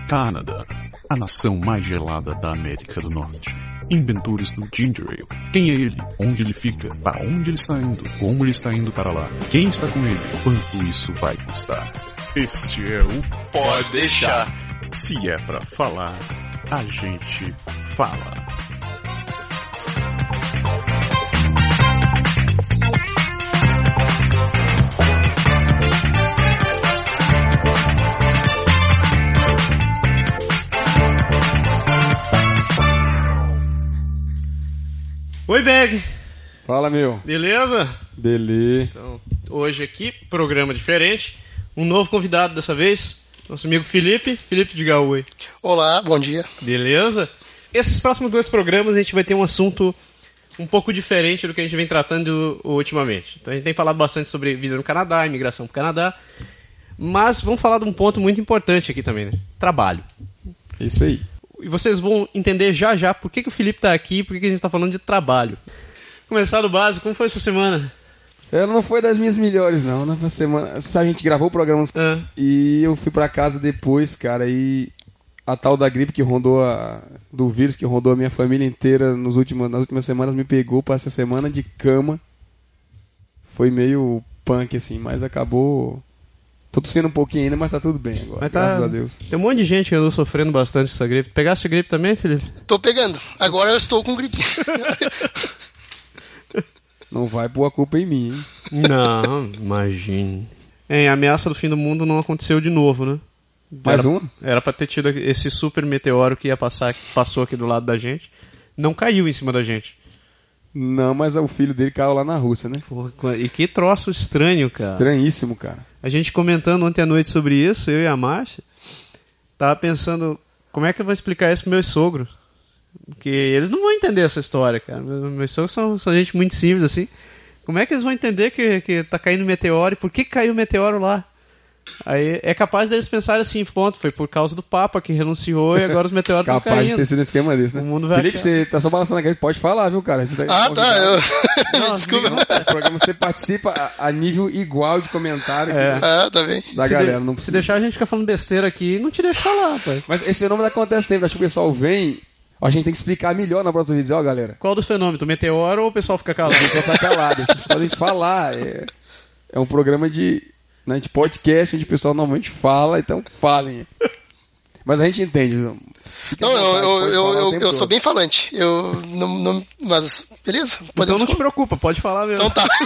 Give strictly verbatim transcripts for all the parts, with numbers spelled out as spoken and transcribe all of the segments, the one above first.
Canadá, a nação mais gelada da América do Norte. Inventores do Ginger Ale. Quem é ele? Onde ele fica? Para onde ele está indo? Como ele está indo para lá? Quem está com ele? Quanto isso vai custar? Este é o Pode Deixar. Se é pra falar, a gente fala. Oi, Beg. Fala, meu. Beleza? Beleza. Então, hoje aqui, programa diferente. Um novo convidado dessa vez, nosso amigo Felipe. Felipe de Gaúi. Olá, bom dia. Beleza? Esses próximos dois programas a gente vai ter um assunto um pouco diferente do que a gente vem tratando ultimamente. Então a gente tem falado bastante sobre vida no Canadá, imigração para o Canadá. Mas vamos falar de um ponto muito importante aqui também, né? Trabalho. Isso aí. E vocês vão entender já já por que, que o Felipe está aqui e por que, que a gente está falando de trabalho. Começar do básico, como foi essa semana? Ela não foi das minhas melhores, não. Na semana, sabe, a gente gravou o programa ah. e eu fui pra casa depois, cara, e a tal da gripe que rondou, a, do vírus que rondou a minha família inteira nos últimos, nas últimas semanas me pegou pra essa semana de cama. Foi meio punk, assim, mas acabou... Tô tossindo um pouquinho ainda, mas tá tudo bem agora, mas graças tá... a Deus. Tem um monte de gente que andou sofrendo bastante essa gripe. Pegaste a gripe também, Felipe? Tô pegando. Agora eu estou com gripe. Não vai pôr a culpa em mim, hein? Não, imagine. É, a ameaça do fim do mundo não aconteceu de novo, né? Mais era, uma? Era pra ter tido esse super meteoro que ia passar, que passou aqui do lado da gente. Não caiu em cima da gente. Não, mas o filho dele caiu lá na Rússia, né? Porra, e que troço estranho, cara. Estranhíssimo, cara. A gente comentando ontem à noite sobre isso, eu e a Márcia, tava pensando, como é que eu vou explicar isso pros meus sogros? Porque eles não vão entender essa história, cara. Meus sogros são, são gente muito simples, assim. Como é que eles vão entender que, que tá caindo meteoro e por que caiu o meteoro lá? Aí é capaz deles pensarem assim, ponto, foi por causa do Papa que renunciou e agora os meteoros estão caindo. Capaz de ter sido um esquema desse, né? O mundo vai Felipe, você tá só balançando aqui, pode falar, viu, cara? Você ah, tá, eu... Não, desculpa. não, O programa você participa a, a nível igual de comentário É. Ah, tá bem. da se galera. de- Não Se precisa... deixar a gente ficar falando besteira aqui, não te deixa falar, pai. Mas esse fenômeno acontece sempre, acho que o pessoal vem, a gente tem que explicar melhor na próxima vez, ó, galera. Qual dos fenômenos? O meteoro ou o pessoal fica calado? A gente vai ficar calado, vocês podem falar. É, é um programa de, né, de podcast onde o pessoal normalmente fala, então falem. Mas a gente entende. Fica Não, à eu, vontade, eu, pode eu, falar o eu, tempo eu sou todo. bem falante. Eu não, não, mas beleza, Então podemos. não te preocupa, pode falar mesmo. Então tá.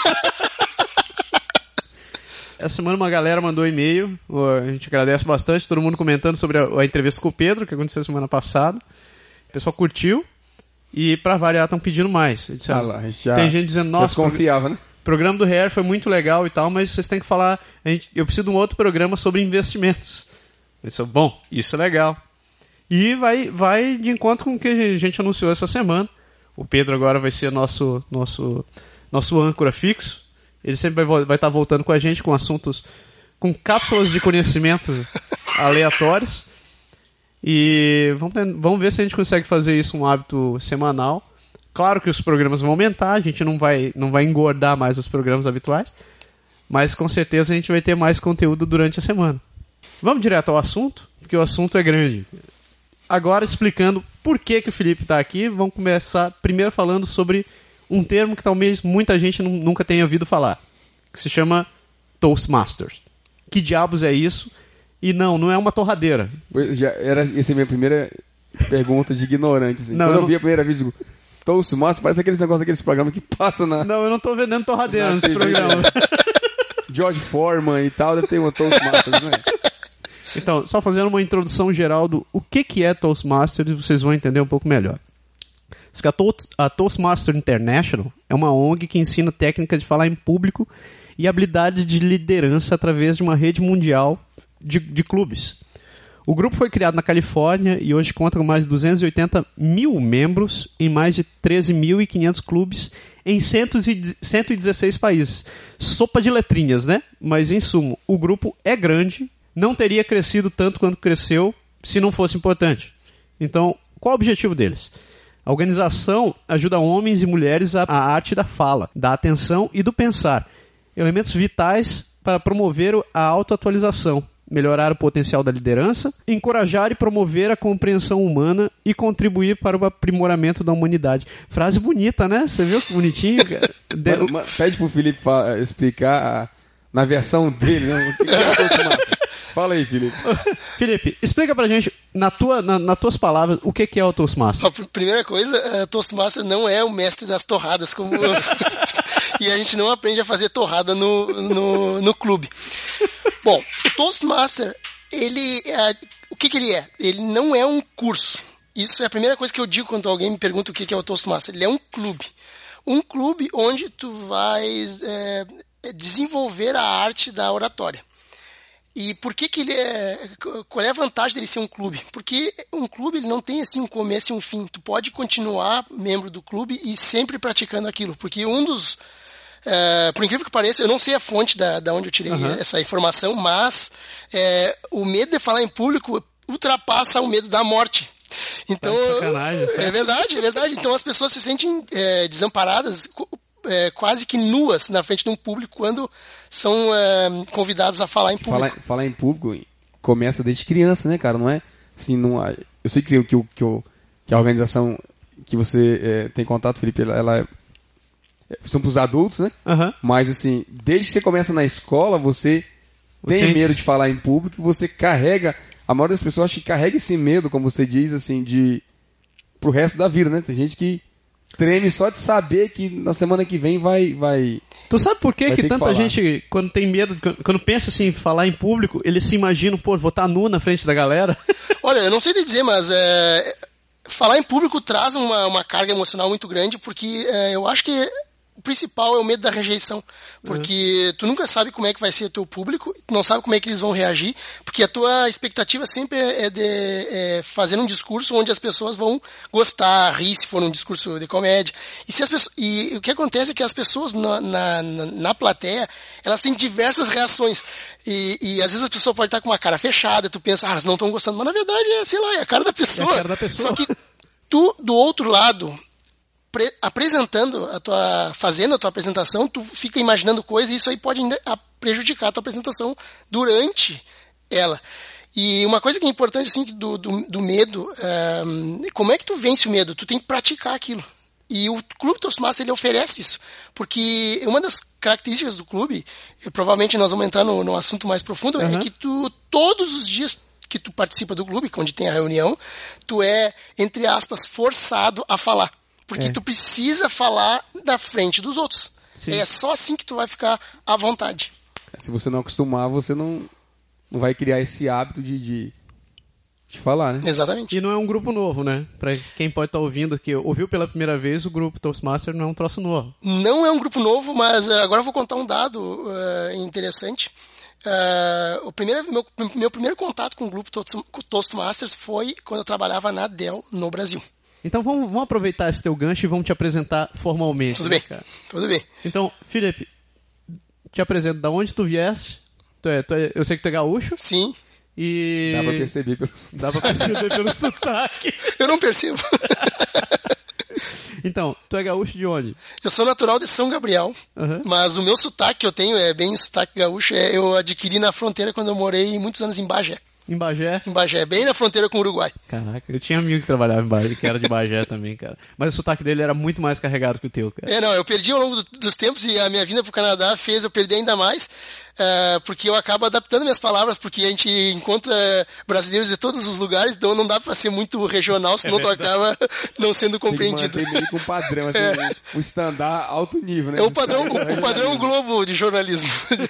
Essa semana uma galera mandou e-mail, a gente agradece bastante, todo mundo comentando sobre a, a entrevista com o Pedro, que aconteceu semana passada. O pessoal curtiu e, pra variar, estão pedindo mais. Disse, Ah lá, a gente já, tem gente dizendo, já nossa, desconfiava, né? o programa do Hair foi muito legal e tal, mas vocês têm que falar, a gente, eu preciso de um outro programa sobre investimentos. Eu disse, bom, isso é legal. E vai, vai de encontro com o que a gente anunciou essa semana. O Pedro agora vai ser nosso, nosso, nosso âncora fixo. Ele sempre vai, vai estar voltando com a gente com assuntos, com cápsulas de conhecimento aleatórios. E vamos, vamos ver se a gente consegue fazer isso um hábito semanal. Claro que os programas vão aumentar, a gente não vai, não vai engordar mais os programas habituais, mas com certeza a gente vai ter mais conteúdo durante a semana. Vamos direto ao assunto, porque o assunto é grande. Agora explicando por que, que o Felipe está aqui, vamos começar primeiro falando sobre um termo que talvez muita gente nunca tenha ouvido falar, que se chama Toastmasters. Que diabos é isso? E não, não é uma torradeira. Já era essa é a minha primeira pergunta de ignorante. Assim. Não, Quando eu eu não- vi a primeira vez, eu digo, Toastmaster, parece aqueles negócios, aqueles programas que passam na Não, eu não estou vendendo torradeira Na nesse T V, programa. George Foreman e tal, deve ter uma Toastmasters, né? Então, só fazendo uma introdução geral do o que, que é Toastmasters, vocês vão entender um pouco melhor. Diz que A, Toast, a Toastmaster International é uma O N G que ensina técnicas de falar em público e habilidades de liderança através de uma rede mundial de, de clubes. O grupo foi criado na Califórnia e hoje conta com mais de duzentos e oitenta mil membros em mais de treze mil e quinhentos clubes em cento e dezesseis países. Sopa de letrinhas, né? Mas, em sumo, o grupo é grande, não teria crescido tanto quanto cresceu se não fosse importante. Então, qual o objetivo deles? A organização ajuda homens e mulheres à arte da fala, da atenção e do pensar, elementos vitais para promover a autoatualização, melhorar o potencial da liderança, encorajar e promover a compreensão humana e contribuir para o aprimoramento da humanidade. Frase bonita, né? Você viu que bonitinho? De... Mano, mano, pede pro Felipe fa- explicar a, na versão dele, né? O que que é o Toastmaster? Fala aí, Felipe. Felipe, explica pra gente, na tua, na, nas tuas palavras, o que, que é o Toastmaster? A primeira coisa, Toastmaster não é o mestre das torradas, como e a gente não aprende a fazer torrada no, no, no clube. Bom, o Toastmaster, ele é, o que, que ele é? Ele não é um curso. Isso é a primeira coisa que eu digo quando alguém me pergunta o que, que é o Toastmaster. Ele é um clube. Um clube onde tu vais é, desenvolver a arte da oratória. E por que que ele é... Qual é a vantagem dele ser um clube? Porque um clube ele não tem assim um começo e um fim. Tu pode continuar membro do clube e sempre praticando aquilo. Porque um dos... É, por incrível que pareça, eu não sei a fonte da, da onde eu tirei uhum. essa informação, mas é, o medo de falar em público ultrapassa o medo da morte. Então, tá é verdade, é verdade. Então as pessoas se sentem é, desamparadas, é, quase que nuas na frente de um público quando são é, convidados a falar em público. Falar, falar em público começa desde criança, né, cara? Não é assim, não, eu sei que, que, que, que, que a organização que você é, tem contato, Felipe, ela, ela é, são para os adultos, né? Uhum. Mas assim, desde que você começa na escola, você tem Gente... medo de falar em público, você carrega, a maioria das pessoas acha que carrega esse medo, como você diz, assim, de pro resto da vida, né? Tem gente que treme só de saber que na semana que vem vai... vai tu sabe por que, que tanta que gente, quando tem medo, quando pensa assim, em falar em público, eles se imaginam, pô, vou estar nu na frente da galera? Olha, eu não sei te dizer, mas é, falar em público traz uma, uma carga emocional muito grande, porque é, eu acho que o principal é o medo da rejeição, porque uhum. tu nunca sabe como é que vai ser o teu público, tu não sabe como é que eles vão reagir, porque a tua expectativa sempre é de é, fazer um discurso onde as pessoas vão gostar, rir se for um discurso de comédia. E, se as pessoas, e o que acontece é que as pessoas na, na, na plateia, elas têm diversas reações, e, e às vezes as pessoas podem estar com uma cara fechada, tu pensa, ah, elas não estão gostando, mas na verdade é, sei lá, é a cara da pessoa. É a cara da pessoa. Só que tu, do outro lado... Pre- apresentando a tua, fazendo a tua apresentação, tu fica imaginando coisas e isso aí pode ainda prejudicar a tua apresentação durante ela. E uma coisa que é importante assim, do, do, do medo, é, como é que tu vence o medo? Tu tem que praticar aquilo. E o Clube Toastmaster ele oferece isso, porque uma das características do clube, e provavelmente nós vamos entrar no, no assunto mais profundo, uhum. é que tu, todos os dias que tu participa do clube, onde tem a reunião, tu é, entre aspas, forçado a falar. Porque é. tu precisa falar da frente dos outros. Sim. É só assim que tu vai ficar à vontade. Se você não acostumar, você não, não vai criar esse hábito de, de, de falar, né? Exatamente. E não é um grupo novo, né? Pra quem pode estar ouvindo, que ouviu pela primeira vez, o grupo Toastmaster não é um troço novo. Não é um grupo novo, mas uh, agora eu vou contar um dado uh, interessante. Uh, o primeiro, meu, meu primeiro contato com o grupo Toastmasters foi quando eu trabalhava na Dell, no Brasil. Então vamos, vamos aproveitar esse teu gancho e vamos te apresentar formalmente. Tudo né, bem, cara? tudo bem. Então, Felipe, te apresento. Da onde tu vieste? Tu é, tu é, eu sei que tu é gaúcho. Sim. E... Dá pra perceber pelo, Dá pra perceber pelo sotaque. Eu não percebo. Então, tu é gaúcho de onde? Eu sou natural de São Gabriel, uhum. mas o meu sotaque que eu tenho é bem sotaque gaúcho. É, eu adquiri na fronteira quando eu morei muitos anos em Bagé. Em Bagé? Em Bagé, bem na fronteira com o Uruguai. Caraca, eu tinha amigo que trabalhava em Bagé, que era de Bagé também, cara. Mas o sotaque dele era muito mais carregado que o teu, cara. É, não, eu perdi ao longo do, dos tempos e a minha vinda pro Canadá fez eu perder ainda mais, uh, porque eu acabo adaptando minhas palavras, porque a gente encontra brasileiros de todos os lugares, então não dá pra ser muito regional, senão é tu acaba não sendo compreendido. Tem que manter meio com um padrão, assim, é. um, um standard alto nível, né? É o padrão, o, o padrão Globo de jornalismo.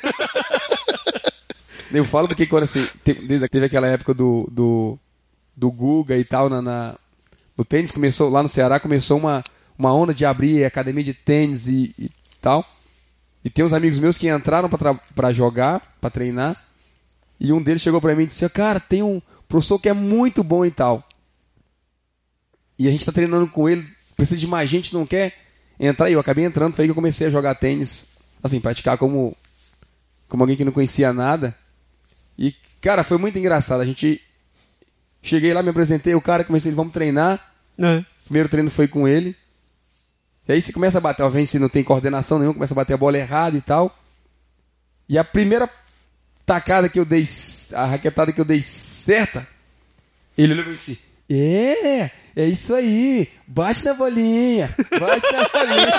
Eu falo porque quando assim, teve, teve aquela época do, do, do Guga e tal, na, na, no tênis, começou, lá no Ceará começou uma, uma onda de abrir academia de tênis e, e tal. E tem uns amigos meus que entraram pra, pra jogar, pra treinar, e um deles chegou pra mim e disse, cara, tem um professor que é muito bom e tal. E a gente tá treinando com ele, precisa de mais gente, não quer entrar. E eu acabei entrando, foi aí que eu comecei a jogar tênis, assim, praticar como, como alguém que não conhecia nada. E, cara, foi muito engraçado. A gente... Cheguei lá, me apresentei, o cara, comecei, vamos treinar. É. Primeiro treino foi com ele. E aí você começa a bater, obviamente, se não tem coordenação nenhuma, começa a bater a bola errada e tal. E a primeira tacada que eu dei, a raquetada que eu dei certa, ele olhou e disse, é, é isso aí, bate na bolinha, bate na bolinha.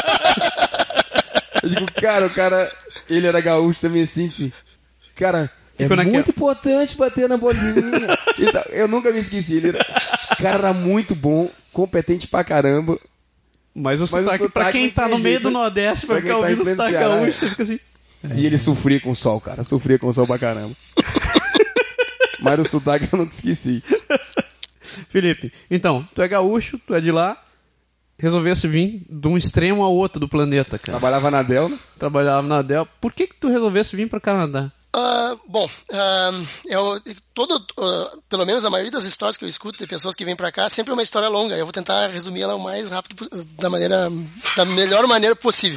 Eu digo, cara, o cara, ele era gaúcho também assim, assim. Cara, é muito naquela... importante bater na bolinha. Então, eu nunca me esqueci, ele era, o cara era muito bom, competente pra caramba. Mas o sotaque, Mas o sotaque pra quem tá no meio do Nordeste, vai ficar ouvindo o sotaque gaúcho, você fica assim... E ele sofria com o sol, cara, sofria com o sol pra caramba. Mas o sotaque eu nunca esqueci. Felipe, então, tu é gaúcho, tu é de lá, resolvesse vir de um extremo ao outro do planeta, cara. Trabalhava na Dell, né? Trabalhava na Dell. Por que que tu resolvesse vir para o Canadá? Uh, bom, uh, eu, todo, uh, pelo menos a maioria das histórias que eu escuto de pessoas que vêm para cá, sempre é uma história longa. Eu vou tentar resumir ela o mais rápido, da maneira, da melhor maneira possível.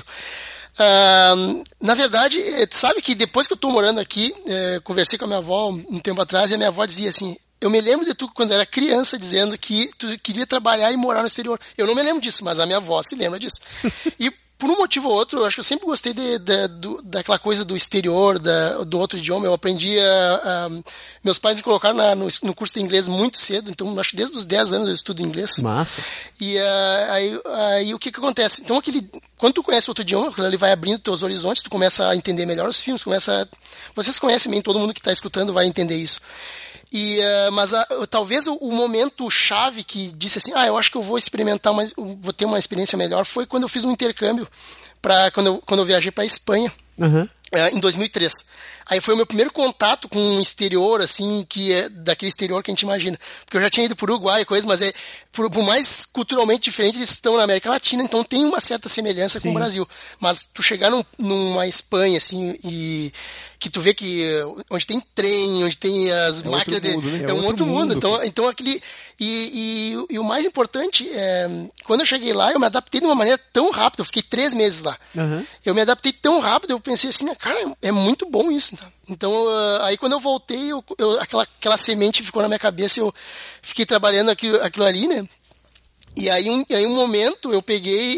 Uh, na verdade, tu sabe que depois que eu tô morando aqui, eh, conversei com a minha avó um tempo atrás e a minha avó dizia assim, eu me lembro de tu quando era criança dizendo que tu queria trabalhar e morar no exterior. Eu não me lembro disso, mas a minha avó se lembra disso. E por um motivo ou outro, eu acho que eu sempre gostei de, de, do, daquela coisa do exterior, da, do outro idioma. Eu aprendi a... a meus pais me colocaram na, no, no curso de inglês muito cedo, então acho que desde os dez anos eu estudo inglês. Massa. E uh, aí, aí o que que acontece? Então aquele... Quando tu conhece outro idioma, ele vai abrindo teus horizontes, tu começa a entender melhor os filmes, começa a... Vocês conhecem bem, todo mundo que está escutando vai entender isso. E, uh, mas uh, talvez o, o momento chave que disse assim, ah, eu acho que eu vou experimentar, uma, vou ter uma experiência melhor, foi quando eu fiz um intercâmbio, pra, quando, eu, quando eu viajei para a Espanha, uhum. uh, em dois mil e três. Aí foi o meu primeiro contato com um exterior, assim, que é daquele exterior que a gente imagina. Porque eu já tinha ido para o Uruguai e coisa, mas é, por, por mais culturalmente diferente, eles estão na América Latina, então tem uma certa semelhança Sim. com o Brasil. Mas tu chegar num, numa Espanha, assim, e que tu vê que onde tem trem, onde tem as é máquinas de... Mundo, né? É, é um outro, outro mundo. mundo. Então, então aquele... E, e, e o mais importante, é, quando eu cheguei lá, eu me adaptei de uma maneira tão rápida, eu fiquei três meses lá. Uhum. Eu me adaptei tão rápido, eu pensei assim, cara, é muito bom isso. Então, uh, aí quando eu voltei, eu, eu, aquela, aquela semente ficou na minha cabeça, eu fiquei trabalhando aquilo, aquilo ali, né? E aí, um, e aí um momento eu peguei,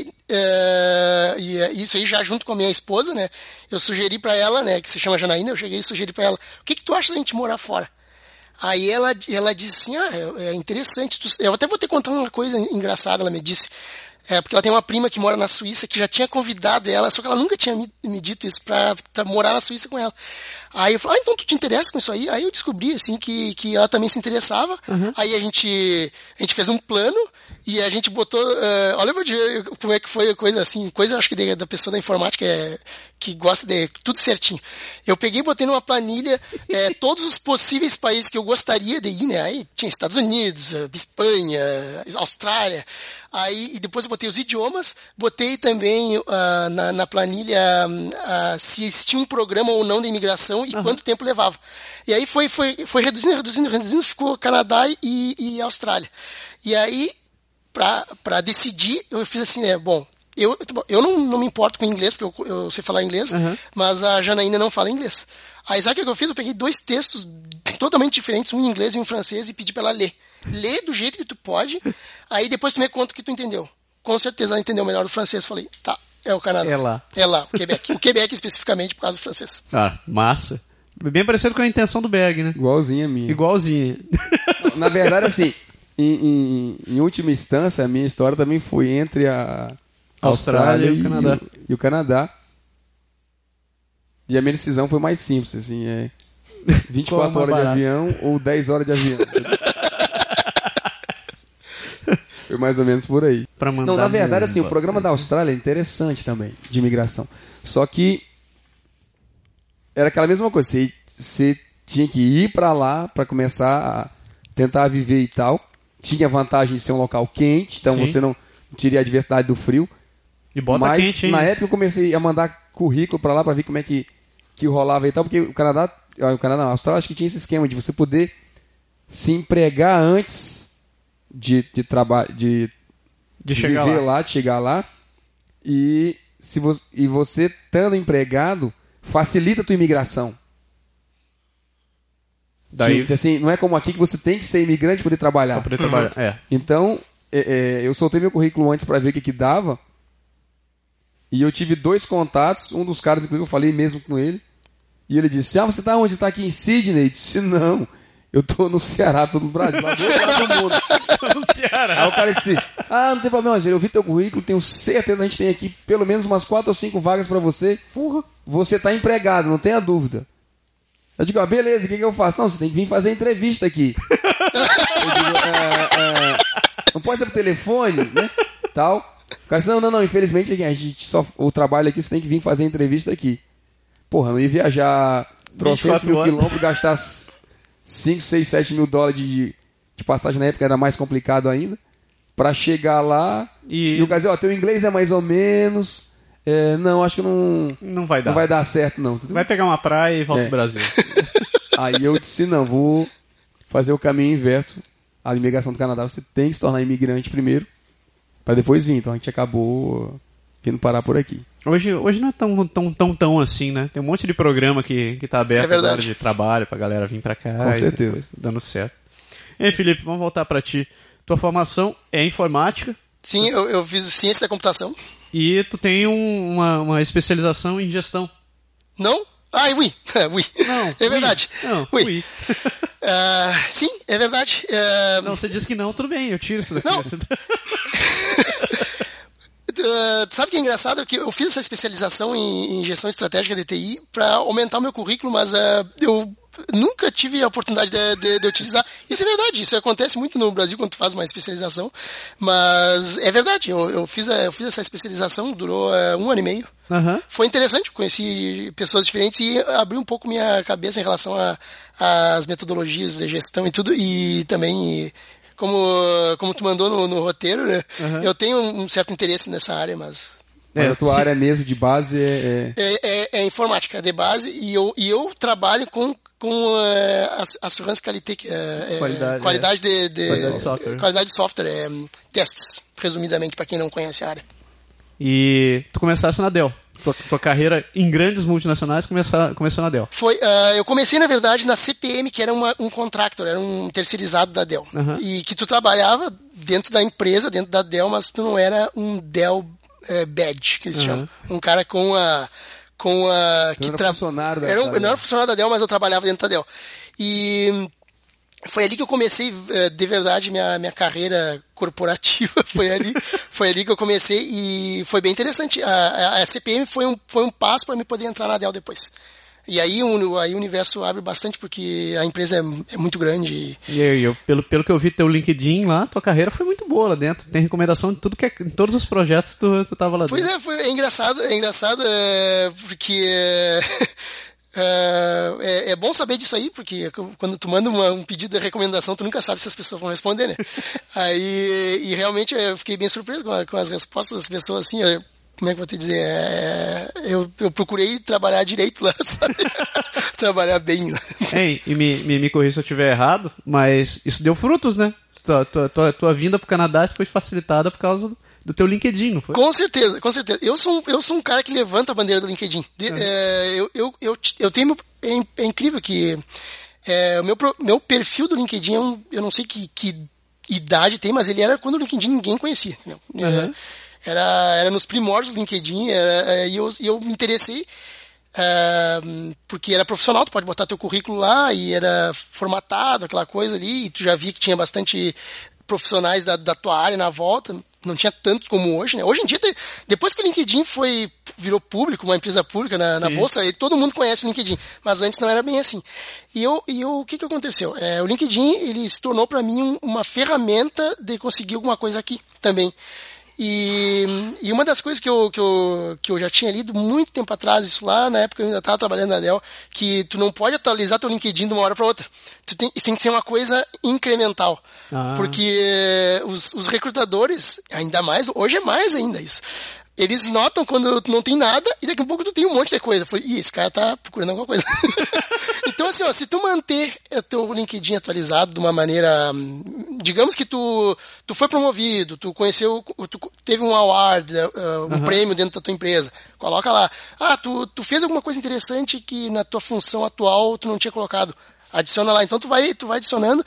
uh, e isso aí já junto com a minha esposa, né? Eu sugeri pra ela, né, que se chama Janaína, eu cheguei e sugeri pra ela, o que que tu acha da gente morar fora? Aí ela, ela disse assim, ah, é interessante, tu, eu até vou te contar uma coisa engraçada, ela me disse, é, porque ela tem uma prima que mora na Suíça, que já tinha convidado ela, só que ela nunca tinha me, me dito isso, pra, pra morar na Suíça com ela. Aí eu falei, ah, então tu te interessa com isso aí? Aí eu descobri, assim, que, que ela também se interessava, uhum. Aí a gente, a gente fez um plano, e a gente botou, uh, olha como é que foi a coisa assim, coisa acho que de, da pessoa da informática é, que gosta de tudo certinho. Eu peguei e botei numa planilha é, todos os possíveis países que eu gostaria de ir, né? Aí tinha Estados Unidos, Espanha, Austrália, aí e depois eu botei os idiomas, botei também uh, na, na planilha uh, se existia um programa ou não de imigração e uhum. quanto tempo levava. E aí foi, foi, foi reduzindo, reduzindo, reduzindo, ficou Canadá e, e Austrália. E aí para decidir, eu fiz assim, né, bom, eu, eu não, não me importo com inglês, porque eu, eu sei falar inglês, uhum. mas a Janaína não fala inglês. Aí sabe o que eu fiz? Eu peguei dois textos totalmente diferentes, um em inglês e um em francês, e pedi para ela ler. Lê do jeito que tu pode, aí depois tu me conta o que tu entendeu. Com certeza ela entendeu melhor o francês. Falei, tá, é o Canadá. É lá. É lá, o Quebec. O Quebec especificamente por causa do francês. Ah, massa. Bem parecido com a intenção do Berg, né? Igualzinha a minha. Igualzinha. Na verdade, assim... Em, em, em última instância, a minha história também foi entre a Austrália, Austrália e, o Canadá. E, o, e o Canadá. E a minha decisão foi mais simples, assim, é vinte e quatro horas barato. de avião ou dez horas de avião. Foi mais ou menos por aí. Pra mandar Não, na verdade, assim, mundo, o programa da Austrália é interessante também, de imigração. Só que era aquela mesma coisa, você, você tinha que ir pra lá pra começar a tentar viver e tal. Tinha vantagem de ser um local quente, então Sim. você não teria a diversidade do frio. E bota Mas quente, hein? Na época eu comecei a mandar currículo pra lá pra ver como é que, que rolava e tal, porque o Canadá, o Canadá, não, a Austrália, acho que tinha esse esquema de você poder se empregar antes de, de trabalhar, de, de, de chegar viver lá. lá, de chegar lá. E, se você, e você estando empregado, facilita a tua imigração. Daí... Assim, não é como aqui que você tem que ser imigrante para poder trabalhar. Pra poder trabalhar. É. Então, é, é, eu soltei meu currículo antes para ver o que, que dava. E eu tive dois contatos. Um dos caras, inclusive, eu falei mesmo com ele. E ele disse, ah, você tá onde? Você tá aqui em Sydney? Eu disse, não, eu tô no Ceará, tô no Brasil, lá do outro lado do mundo. No Ceará. Aí o cara disse, ah, não tem problema, Angelo, eu vi teu currículo, tenho certeza que a gente tem aqui pelo menos umas quatro ou cinco vagas pra você. Porra, você tá empregado, não tenha dúvida. Eu digo, ah, beleza, o que, que eu faço? Não, você tem que vir fazer entrevista aqui. Eu digo, é, é, não pode ser por telefone, né? Tal. O cara disse, não, não, não, infelizmente a gente só, o trabalho aqui, você tem que vir fazer entrevista aqui. Porra, não ia viajar trocentos mil quilômetros, gastar cinco, seis, sete mil dólares de, de passagem, na época era mais complicado ainda, pra chegar lá e, e o cara dizer, ó, teu inglês é mais ou menos, é, não, acho que não, não, vai dar. não vai dar certo não. Vai pegar uma praia e volta é. pro Brasil. Aí eu disse, não, vou fazer o caminho inverso. A imigração do Canadá, você tem que se tornar imigrante primeiro, pra depois vir. Então a gente acabou vindo parar por aqui. Hoje, hoje não é tão, tão, tão, tão assim, né? Tem um monte de programa que, que tá aberto é agora de trabalho pra galera vir pra cá. Com certeza. Dando certo. E aí, Felipe, vamos voltar pra ti. Tua formação é informática. Sim, eu, eu fiz ciência da computação. E tu tem um, uma, uma especialização em gestão. Não? Ah, oui. oui. Não, é verdade. Não, oui. oui. uh, sim, é verdade. Uh... Não, você disse que não, tudo bem, eu tiro isso daqui. Não. Uh, sabe o que é engraçado? Que eu fiz essa especialização em, em gestão estratégica de T I para aumentar o meu currículo, mas uh, eu nunca tive a oportunidade de, de, de utilizar. Isso é verdade, isso acontece muito no Brasil quando tu faz uma especialização, mas é verdade, eu, eu, fiz, a, eu fiz essa especialização, durou uh, um ano e meio. Uhum. Foi interessante, conheci pessoas diferentes e abriu um pouco minha cabeça em relação às metodologias de gestão e tudo, e também... Como, como tu mandou no, no roteiro, né? Uhum. Eu tenho um certo interesse nessa área, mas... Mas é, a tua sim. área mesmo de base é... É, é, é informática de base e eu, e eu trabalho com, com é, assurance qualité, que é, qualidade, qualidade, de, de, qualidade de software. Qualidade de software, é, testes, resumidamente, para quem não conhece a área. E tu começaste na Dell. Tua, tua carreira em grandes multinacionais começou, começou na Dell. Foi, uh, eu comecei, na verdade, na C P M, que era uma, um contractor, era um terceirizado da Dell. Uhum. E que tu trabalhava dentro da empresa, dentro da Dell, mas tu não era um Dell uh, badge, que eles uhum. chamam. Um cara com a... Com a que tra... era funcionário da, era um, da Não era funcionário da Dell, mas eu trabalhava dentro da Dell. E... Foi ali que eu comecei, de verdade, minha, minha carreira corporativa. Foi ali, foi ali que eu comecei e foi bem interessante. A, a, a C P M foi um, foi um passo para me poder entrar na Dell depois. E aí, um, aí o universo abre bastante porque a empresa é, é muito grande. E eu, eu, pelo, pelo que eu vi teu LinkedIn lá, tua carreira foi muito boa lá dentro. Tem recomendação de tudo que é, em todos os projetos que tu, tu tava lá pois dentro. Pois é, foi, é engraçado, é engraçado é, porque... É, Uh, é, é bom saber disso aí, porque quando tu manda uma, um pedido de recomendação, tu nunca sabe se as pessoas vão responder, né? Aí, e realmente eu fiquei bem surpreso com, a, com as respostas das pessoas, assim, eu, como é que eu vou te dizer? É, eu, eu procurei trabalhar direito lá, sabe? Trabalhar bem lá. Ei, e me, me, me corri se eu estiver errado, mas isso deu frutos, né? Tua, tua, tua, tua vinda pro Canadá foi facilitada por causa do... do teu LinkedIn, não foi? Com certeza, com certeza. Eu sou, eu sou um cara que levanta a bandeira do LinkedIn. De, é. É, eu, eu, eu, eu tenho... É, é incrível que é, o meu, meu perfil do LinkedIn, é um, eu não sei que, que idade tem, mas ele era quando o LinkedIn ninguém conhecia. Uhum. Era, era nos primórdios do LinkedIn era, e eu, eu me interessei é, porque era profissional, tu pode botar teu currículo lá e era formatado, aquela coisa ali, e tu já via que tinha bastante profissionais da, da tua área na volta. Não tinha tanto como hoje, né? Hoje em dia, depois que o LinkedIn foi, virou público, uma empresa pública na, na bolsa, aí todo mundo conhece o LinkedIn, mas antes não era bem assim. E eu, e eu, o que que aconteceu? É, o LinkedIn, ele se tornou para mim um, uma ferramenta de conseguir alguma coisa aqui também. E, e uma das coisas que eu, que, eu, que eu já tinha lido muito tempo atrás, isso lá na época eu ainda estava trabalhando na Dell, que tu não pode atualizar teu LinkedIn de uma hora para outra. Tu tem, tem que ser uma coisa incremental. Ah. Porque os, os recrutadores, ainda mais, hoje é mais ainda isso, eles notam quando tu não tem nada e daqui a pouco tu tem um monte de coisa. Eu falei, ih, esse cara tá procurando alguma coisa. Então, assim, ó, se tu manter o teu LinkedIn atualizado de uma maneira... Digamos que tu, tu foi promovido, tu conheceu, tu teve um award, uh, um uhum. prêmio dentro da tua empresa. Coloca lá. Ah, tu, tu fez alguma coisa interessante que na tua função atual tu não tinha colocado. Adiciona lá. Então, tu vai, tu vai adicionando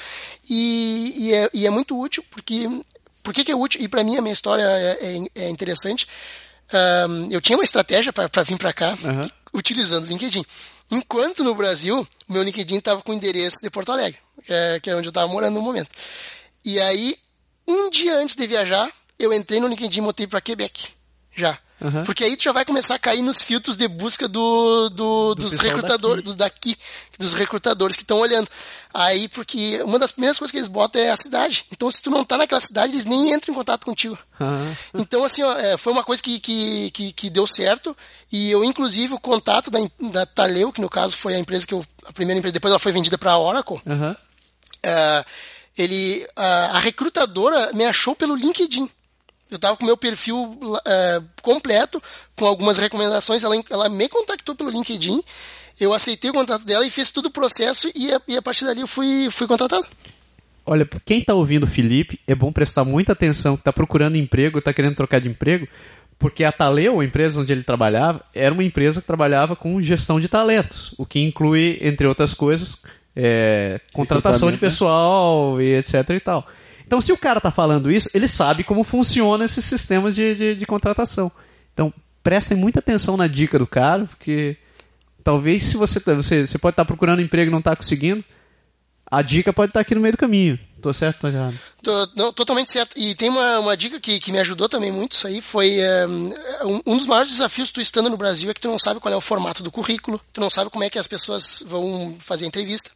e, e, é, e é muito útil porque... Por que que é útil? E para mim a minha história é, é, é interessante. Um, eu tinha uma estratégia para vir para cá, uhum. utilizando o LinkedIn. Enquanto no Brasil, o meu LinkedIn estava com o endereço de Porto Alegre, que é, que é onde eu estava morando no momento. E aí, um dia antes de viajar, eu entrei no LinkedIn e mudei para Quebec, já. Uhum. Porque aí tu já vai começar a cair nos filtros de busca do, do, do dos recrutadores, daqui. dos daqui, dos recrutadores que estão olhando. Aí, porque uma das primeiras coisas que eles botam é a cidade. Então, se tu não tá naquela cidade, eles nem entram em contato contigo. Uhum. Então, assim, ó, é, foi uma coisa que, que, que, que deu certo. E eu, inclusive, o contato da, da Taleo, que no caso foi a empresa que eu, a primeira empresa, depois ela foi vendida para a Oracle. Uhum. É, ele, a, a recrutadora me achou pelo LinkedIn. Eu estava com o meu perfil uh, completo, com algumas recomendações. Ela, ela me contactou pelo LinkedIn, eu aceitei o contato dela e fiz todo o processo e a, e a partir dali eu fui, fui contratado. Olha, quem está ouvindo o Felipe, é bom prestar muita atenção, que está procurando emprego, está querendo trocar de emprego, porque a Taleo, a empresa onde ele trabalhava, era uma empresa que trabalhava com gestão de talentos, o que inclui, entre outras coisas, é, contratação de pessoal, né? E etc e tal. Então, se o cara está falando isso, ele sabe como funcionam esses sistemas de, de, de contratação. Então, prestem muita atenção na dica do cara, porque talvez se você, você, você pode estar tá procurando emprego e não está conseguindo, a dica pode estar tá aqui no meio do caminho. Tô certo ou tô errado? Tô, não, totalmente certo. E tem uma, uma dica que, que me ajudou também muito, isso aí foi um, um dos maiores desafios tu estando no Brasil é que tu não sabe qual é o formato do currículo, tu não sabe como é que as pessoas vão fazer a entrevista.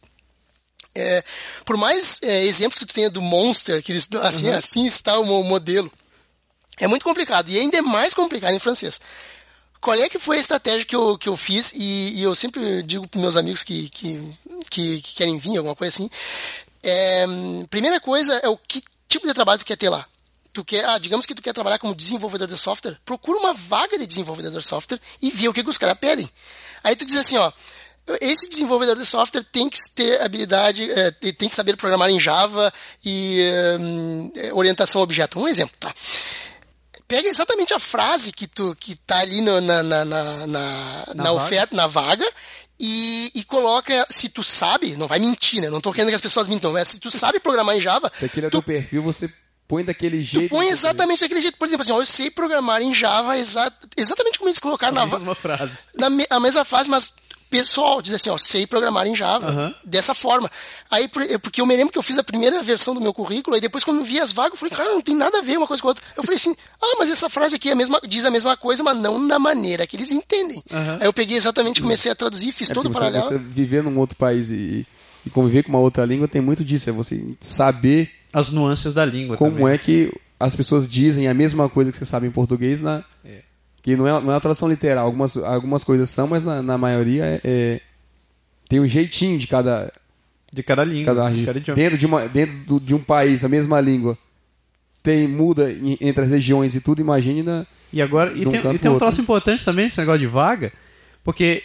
É, por mais é, exemplos que tu tenha do Monster, que eles, assim, uhum. assim está o modelo, é muito complicado, e ainda é mais complicado em francês. Qual é que foi a estratégia que eu, que eu fiz, e, e eu sempre digo para meus amigos que, que, que, que querem vir, alguma coisa assim, é, primeira coisa é o que tipo de trabalho tu quer ter lá. Tu quer, ah, digamos que tu quer trabalhar como desenvolvedor de software, procura uma vaga de desenvolvedor de software e vê o que, que os caras pedem. Aí tu diz assim, ó, esse desenvolvedor de software tem que ter habilidade, é, tem que saber programar em Java e é, orientação a objeto. Um exemplo, tá? Pega exatamente a frase que tu que tá ali no, na, na, na, na, na oferta, na vaga, e, e coloca, se tu sabe, não vai mentir, né? Não tô querendo que as pessoas mintam, mas se tu sabe programar em Java... Se aquele é tu, teu perfil, você põe daquele jeito... Tu põe exatamente daquele jeito. Por exemplo, assim, ó, eu sei programar em Java exa, exatamente como eles colocaram a na mesma frase. Na a mesma frase, mas... pessoal diz assim, ó, sei programar em Java, uhum. dessa forma. Aí, porque eu me lembro que eu fiz a primeira versão do meu currículo, e depois quando eu vi as vagas, eu falei, cara, não tem nada a ver uma coisa com a outra. Eu falei assim, ah, mas essa frase aqui é a mesma, diz a mesma coisa, mas não na maneira que eles entendem. Uhum. Aí eu peguei exatamente, comecei a traduzir, fiz é todo o paralelo. Você viver num outro país e, e conviver com uma outra língua tem muito disso, é você saber... as nuances da língua como também. É que as pessoas dizem a mesma coisa que você sabe em português na... É. Que não é, não é uma tradução literal, algumas, algumas coisas são, mas na, na maioria é... é tem um jeitinho de cada... De cada língua. Cada, de cada dentro de, uma, dentro do, de um país, a mesma língua, tem, muda em, entre as regiões e tudo, imagine na... E agora, e tem, e tem um troço importante também, esse negócio de vaga, porque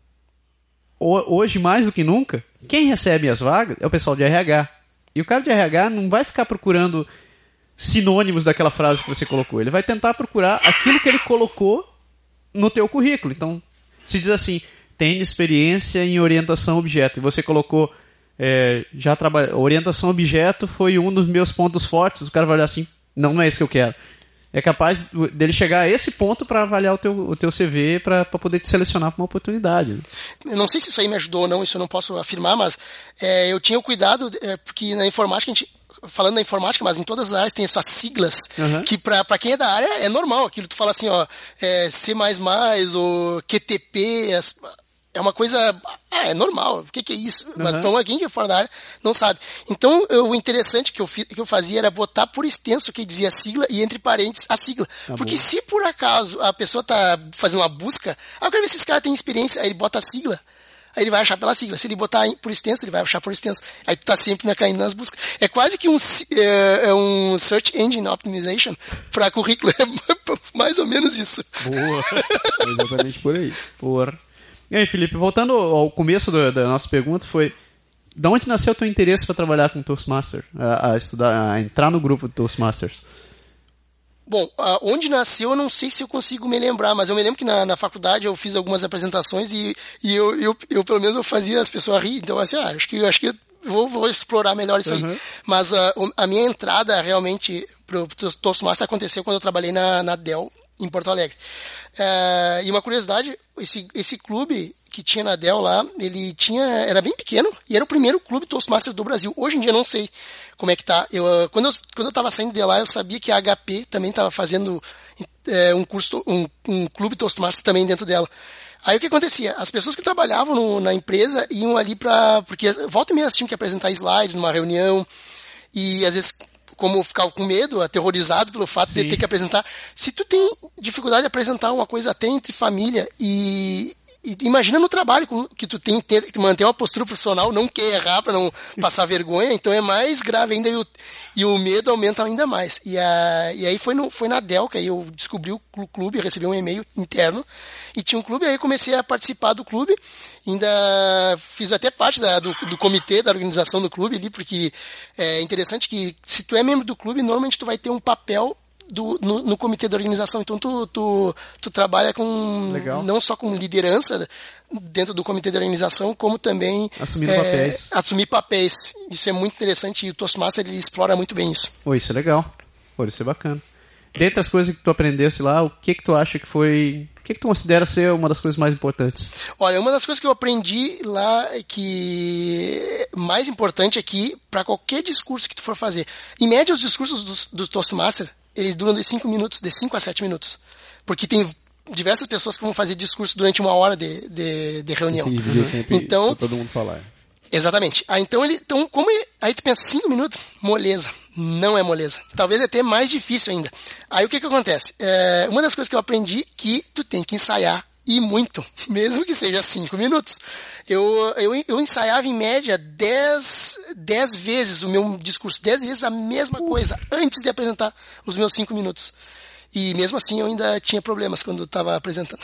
hoje, mais do que nunca, quem recebe as vagas é o pessoal de R H. E o cara de R H não vai ficar procurando sinônimos daquela frase que você colocou. Ele vai tentar procurar aquilo que ele colocou no teu currículo. Então, se diz assim... tem experiência em orientação a objeto, e você colocou é, já trabalha, orientação a objeto foi um dos meus pontos fortes, o cara vai olhar assim, não, não é isso que eu quero. É capaz dele chegar a esse ponto para avaliar o teu, o teu C V, para poder te selecionar para uma oportunidade. Eu não sei se isso aí me ajudou ou não, isso eu não posso afirmar, mas é, eu tinha o cuidado, é, porque na informática a gente... falando da informática, mas em todas as áreas tem suas siglas, uhum. que pra, pra quem é da área é normal, aquilo tu fala assim, ó, é, C mais mais, ou Q T P, as, é uma coisa, ah, é normal, o que que é isso? Uhum. Mas pra alguém que é fora da área, não sabe. Então, eu, o interessante que eu, fi, que eu fazia era botar por extenso o que dizia a sigla e entre parênteses a sigla. Tá Porque bom. Se por acaso a pessoa tá fazendo uma busca, ah, eu quero ver se esse cara tem experiência, aí ele bota a sigla, aí ele vai achar pela sigla. Se ele botar por extenso, ele vai achar por extenso. Aí tu tá sempre né, caindo nas buscas. É quase que um, é, é um Search Engine Optimization para currículo. É mais ou menos isso. Boa. É exatamente por aí. Porra. E aí, Felipe, voltando ao começo do, da nossa pergunta, foi... de onde nasceu o teu interesse para trabalhar com Toastmaster? A, a, estudar, a entrar no grupo de Toastmasters? Bom, uh, onde nasceu eu não sei se eu consigo me lembrar, mas eu me lembro que na, na faculdade eu fiz algumas apresentações e, e eu, eu, eu, pelo menos, eu fazia as pessoas rir. Então, assim, ah, acho que, acho que eu vou, vou explorar melhor isso uhum. aí. Mas uh, a minha entrada, realmente, pro, pro Toastmaster aconteceu quando eu trabalhei na, na Dell, em Porto Alegre. Uh, e uma curiosidade, esse, esse clube que tinha na Dell lá, ele tinha, era bem pequeno e era o primeiro clube Toastmaster do Brasil. Hoje em dia eu não sei como é que tá. Eu, quando, eu, quando eu tava saindo de lá, eu sabia que a H P também tava fazendo é, um, curso, um, um clube Toastmaster também dentro dela. Aí o que acontecia? As pessoas que trabalhavam no, na empresa iam ali pra... Porque volta e meia elas tinham que apresentar slides numa reunião e às vezes... como ficava com medo, aterrorizado pelo fato Sim. de ter que apresentar. Se tu tem dificuldade de apresentar uma coisa até entre família e, e imagina no trabalho que tu tem que manter uma postura profissional, não quer errar para não passar vergonha, então é mais grave ainda e o, e o medo aumenta ainda mais. E, a, e aí foi, no, foi na Dell que aí eu descobri o clube, recebi um e-mail interno e tinha um clube, aí eu comecei a participar do clube, ainda fiz até parte da, do, do comitê, da organização do clube ali, porque é interessante que se tu é membro do clube, normalmente tu vai ter um papel do, no, no comitê da organização, então tu, tu, tu trabalha com Legal. Não só com liderança dentro do comitê da organização, como também assumir é, papéis. assumir papéis. Isso é muito interessante e o Toastmaster ele explora muito bem isso. Pô, isso é legal. Pô, isso é bacana. Dentre as coisas que tu aprendesse lá, o que que tu acha que foi... O que que tu considera ser uma das coisas mais importantes? Olha, uma das coisas que eu aprendi lá é que mais importante aqui, para qualquer discurso que tu for fazer. Em média, os discursos dos, dos Toastmaster, eles duram de cinco minutos, de cinco a sete minutos. Porque tem diversas pessoas que vão fazer discurso durante uma hora de, de, de reunião. Sim, uhum. Então, pra todo mundo falar. Exatamente. Ah, então, ele, então, como ele, aí tu pensa, cinco minutos, moleza. Não é moleza. Talvez até mais difícil ainda. Aí o que que acontece? É, uma das coisas que eu aprendi que tu tem que ensaiar e muito, mesmo que seja cinco minutos. Eu, eu, eu ensaiava em média dez, dez vezes o meu discurso, dez vezes a mesma coisa antes de apresentar os meus cinco minutos. E mesmo assim eu ainda tinha problemas quando eu estava apresentando.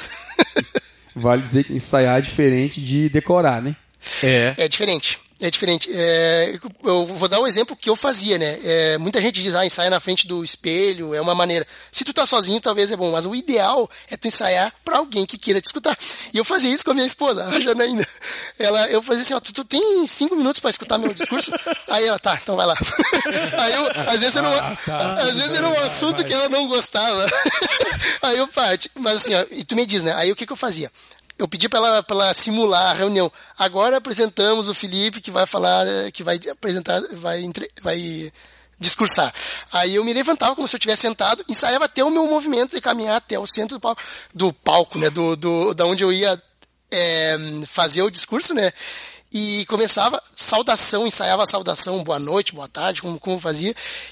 Vale dizer que ensaiar é diferente de decorar, né? É. É diferente. É diferente. É, eu vou dar um exemplo que eu fazia, né? É, muita gente diz, ah, ensaia na frente do espelho, é uma maneira. Se tu tá sozinho, talvez é bom, mas o ideal é tu ensaiar pra alguém que queira te escutar. E eu fazia isso com a minha esposa, a Janaína. Ela, eu fazia assim, ó, tu, tu tem cinco minutos pra escutar meu discurso? Aí ela, tá, então vai lá. Aí eu, às vezes era, uma, ah, tá, às vezes era um assunto que ela não gostava. Aí eu, pá, mas assim, ó, e tu me diz, né? Aí o que que eu fazia? Eu pedi para ela, ela simular a reunião. Agora apresentamos o Felipe, que vai falar, que vai apresentar, vai, entre, vai discursar. Aí eu me levantava como se eu estivesse sentado, ensaiava até o meu movimento de caminhar até o centro do palco, do palco, né, do, do, da onde eu ia é, fazer o discurso, né, e começava saudação, ensaiava a saudação, boa noite, boa tarde, como, como fazia,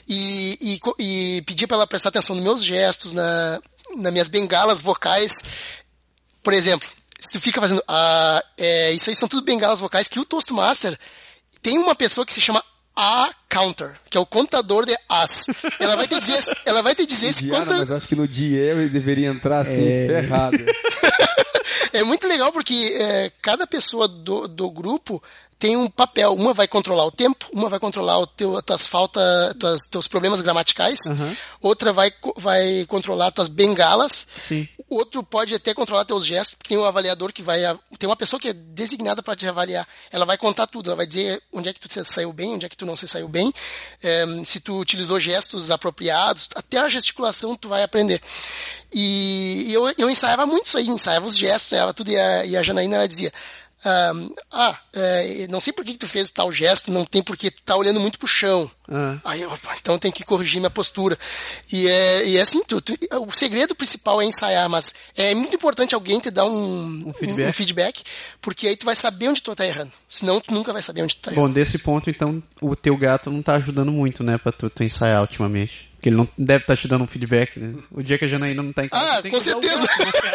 e, e, e pedia para ela prestar atenção nos meus gestos, na, nas minhas bengalas vocais. Por exemplo, se tu fica fazendo... Ah, é, isso aí são tudo bengalas vocais que o Toastmaster tem uma pessoa que se chama A Counter, que é o contador de As. Ela vai te dizer, ela vai te dizer esse quanto... Mas eu acho que no dia ele deveria entrar assim, é... ferrado. É muito legal porque é, cada pessoa do, do grupo tem um papel. Uma vai controlar o tempo, uma vai controlar o teu, tuas faltas, tuas, teus problemas gramaticais, uhum. Outra vai, vai controlar tuas bengalas. Sim. Outro pode até controlar teus gestos, porque tem um avaliador que vai... Tem uma pessoa que é designada para te avaliar. Ela vai contar tudo, ela vai dizer onde é que tu saiu bem, onde é que tu não se saiu bem, é, se tu utilizou gestos apropriados, até a gesticulação tu vai aprender. E, e eu, eu ensaiava muito isso aí, ensaiava os gestos, ensaiava tudo, e a, e a Janaína ela dizia... Um, ah, é, não sei por que, que tu fez tal gesto, não tem porque tu tá olhando muito pro chão. Uhum. Aí eu, opa, então eu tenho que corrigir minha postura. E é, e é assim, tu, tu, o segredo principal é ensaiar, mas é muito importante alguém te dar um, um, feedback. um, um feedback, porque aí tu vai saber onde tu tá errando. Senão tu nunca vai saber onde tu tá errando. Bom, desse ponto, então, o teu gato não tá ajudando muito, né, pra tu, tu ensaiar ultimamente. Porque ele não deve estar tá te dando um feedback, né? O dia que a Janaína não tá em casa. Ah, com certeza!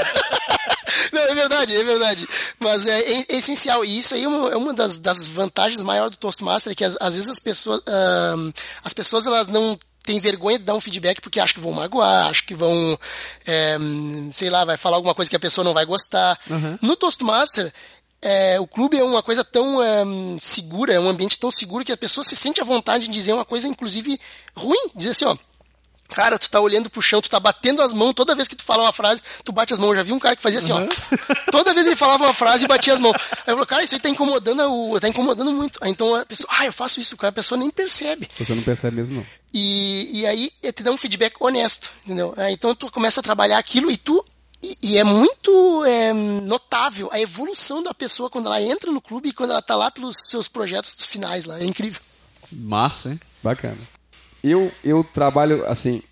Não, é verdade, é verdade. Mas é, é, é essencial. E isso aí é uma, é uma das, das vantagens maiores do Toastmaster, é que às, às vezes as pessoas, uh, as pessoas elas não têm vergonha de dar um feedback porque acham que vão magoar, acham que vão, é, sei lá, vai falar alguma coisa que a pessoa não vai gostar. Uhum. No Toastmaster, é, o clube é uma coisa tão é, segura, é um ambiente tão seguro que a pessoa se sente à vontade de dizer uma coisa, inclusive, ruim. Dizer assim, ó, cara, tu tá olhando pro chão, tu tá batendo as mãos, toda vez que tu fala uma frase, tu bate as mãos. Eu já vi um cara que fazia assim, uhum. ó. Toda vez ele falava uma frase e batia as mãos. Aí eu falei, cara, isso aí tá incomodando, o, tá incomodando muito. Aí então a pessoa, ah, eu faço isso, cara, a pessoa nem percebe. Você não percebe mesmo, não. E, e aí te dá um feedback honesto, entendeu? Aí, então tu começa a trabalhar aquilo e tu E, e é muito é, notável a evolução da pessoa quando ela entra no clube e quando ela tá lá pelos seus projetos finais lá. É incrível. Massa, hein? Bacana. Eu, eu trabalho, assim...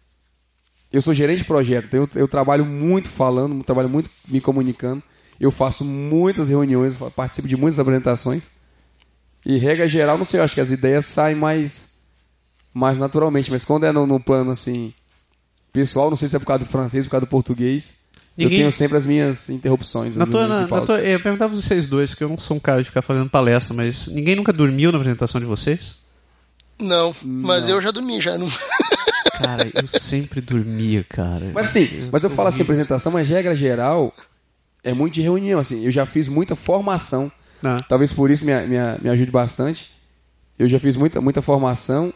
Eu sou gerente de projeto, então eu, eu trabalho muito falando, trabalho muito me comunicando. Eu faço muitas reuniões, participo de muitas apresentações. E, regra geral, não sei, eu acho que as ideias saem mais, mais naturalmente. Mas quando é no, no plano, assim... Pessoal, não sei se é por causa do francês, por causa do português. Ninguém... Eu tenho sempre as minhas interrupções. Na tua, na, na tua, eu perguntava vocês dois, que eu não sou um cara de ficar fazendo palestra, mas ninguém nunca dormiu na apresentação de vocês? Não, mas não. Eu já dormi, já. Não... Cara, eu sempre dormia, cara. Mas sim, eu mas eu falo assim, apresentação, mas regra geral é muito de reunião. Assim, eu já fiz muita formação, ah. talvez por isso me, me, me ajude bastante. Eu já fiz muita, muita formação.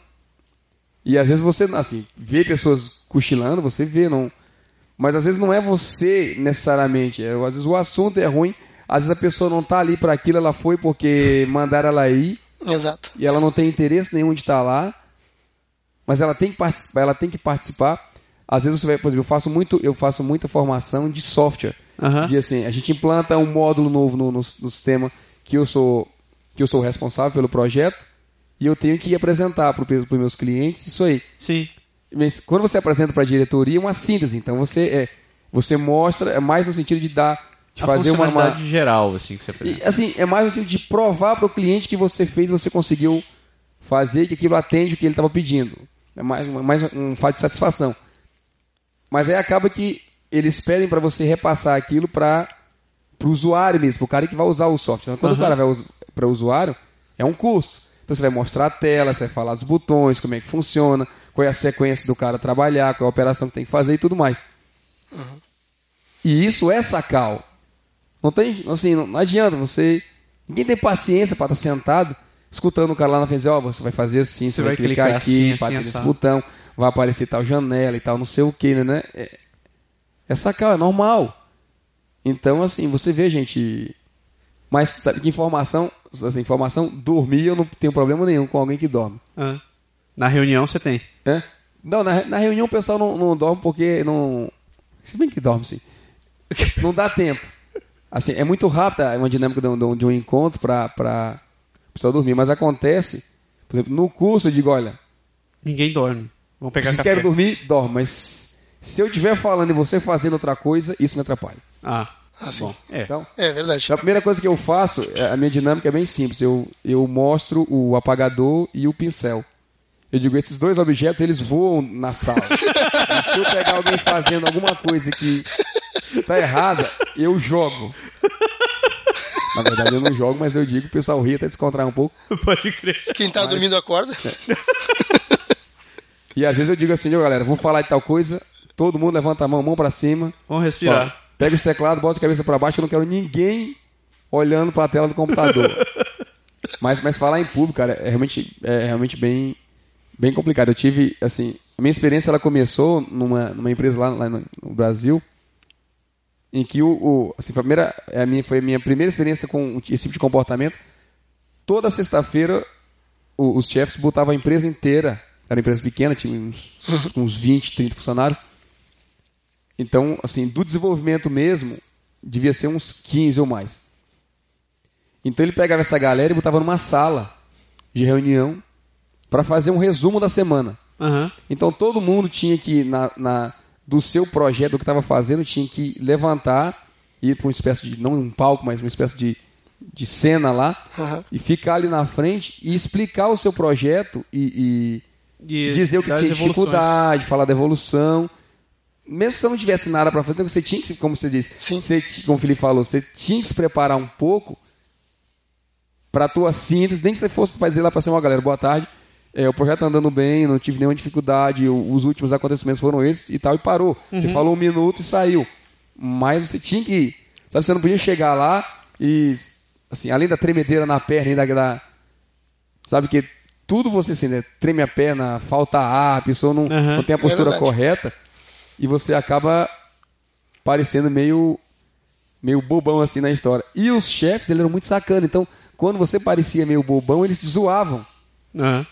E às vezes você, assim, vê pessoas cochilando, você vê, não... Mas às vezes não é você necessariamente. É, às vezes o assunto é ruim, às vezes a pessoa não está ali para aquilo, ela foi porque mandaram ela ir. Exato. E ela não tem interesse nenhum de estar lá, mas ela tem que participar. Ela tem que participar. Às vezes você vai, por exemplo, eu faço, muito, eu faço muita formação de software. Uhum. De assim, a gente implanta um módulo novo no, no, no sistema que eu sou, que eu sou responsável pelo projeto. E eu tenho que apresentar para os meus clientes isso aí. Sim. Mas quando você apresenta para a diretoria, é uma síntese. Então você, é, você mostra, é mais no sentido de dar, de a fazer uma, uma geral, assim, que você apresenta. E, assim, é mais no sentido de provar para o cliente que você fez, você conseguiu fazer, que aquilo atende o que ele estava pedindo. É mais, mais um fato de satisfação. Mas aí acaba que eles pedem para você repassar aquilo para o usuário mesmo, para o cara que vai usar o software. Então, quando uhum. o cara vai para o usuário, é um curso. Então você vai mostrar a tela, você vai falar dos botões, como é que funciona, qual é a sequência do cara trabalhar, qual é a operação que tem que fazer e tudo mais. Uhum. E isso é sacal. Não tem, assim, não, não adianta você... Ninguém tem paciência para estar sentado, escutando o cara lá na frente, ó, oh, você vai fazer assim, você, você vai, vai clicar, clicar aqui, bater assim, nesse essa... botão, vai aparecer tal janela e tal, não sei o que, né? É, é sacal, é normal. Então, assim, você vê, gente... Mas sabe que informação, essa informação, dormir eu não tenho problema nenhum com alguém que dorme. Ah. Na reunião você tem? É? Não, na, na reunião o pessoal não, não dorme porque não... Se bem que dorme, sim. Não dá tempo. Assim, é muito rápida uma dinâmica de um, de um encontro para o pessoal dormir. Mas acontece, por exemplo, no curso eu digo, olha... Ninguém dorme. Vamos pegar se café. Se quer dormir, dorme. Mas se eu estiver falando e você fazendo outra coisa, isso me atrapalha. Ah, assim. Bom, é. Então, é verdade. A primeira coisa que eu faço, a minha dinâmica é bem simples. Eu, eu mostro o apagador e o pincel. Eu digo, esses dois objetos, eles voam na sala. Se eu pegar alguém fazendo alguma coisa que tá errada, eu jogo. Na verdade, eu não jogo, mas eu digo, o pessoal ri até descontrair um pouco. Pode crer. Quem tá mas... dormindo acorda. É. E às vezes eu digo assim, ó, galera, vou falar de tal coisa, todo mundo levanta a mão, mão pra cima. Vamos respirar. Ó, pega os teclados, bota a cabeça pra baixo, eu não quero ninguém olhando pra tela do computador. Mas, mas falar em público, cara, é realmente, é realmente bem, bem complicado. Eu tive, assim, a minha experiência ela começou numa, numa empresa lá, lá no, no Brasil, em que o, o assim, a primeira, a minha, foi a minha primeira experiência com esse tipo de comportamento. Toda sexta-feira, o, os chefes botavam a empresa inteira, era uma empresa pequena, tinha uns, uns vinte, trinta funcionários. Então, assim, do desenvolvimento mesmo, devia ser uns quinze ou mais. Então ele pegava essa galera e botava numa sala de reunião para fazer um resumo da semana. Uhum. Então todo mundo tinha que, na, na, do seu projeto, do que estava fazendo, tinha que levantar, ir para uma espécie de, não um palco, mas uma espécie de, de cena lá, uhum. e ficar ali na frente e explicar o seu projeto e, e, e dizer o que tinha dificuldade, falar da evolução. Mesmo se você não tivesse nada para fazer, você tinha que, como você disse, Sim. Você, como o Felipe falou, você tinha que se preparar um pouco para a tua síntese, nem que você fosse fazer lá para ser uma galera, boa tarde, é, o projeto está andando bem, não tive nenhuma dificuldade, os últimos acontecimentos foram esses e tal, e parou. Uhum. Você falou um minuto e saiu. Mas você tinha que, sabe, você não podia chegar lá e, assim, além da tremedeira na perna, ainda da, sabe, que tudo você, assim, né, treme a perna, falta ar, a pessoa não, uhum. não tem a postura é correta, e você acaba parecendo meio, meio bobão, assim, na história. E os chefes, eles eram muito sacanas, então quando você parecia meio bobão, eles te zoavam. Uhum.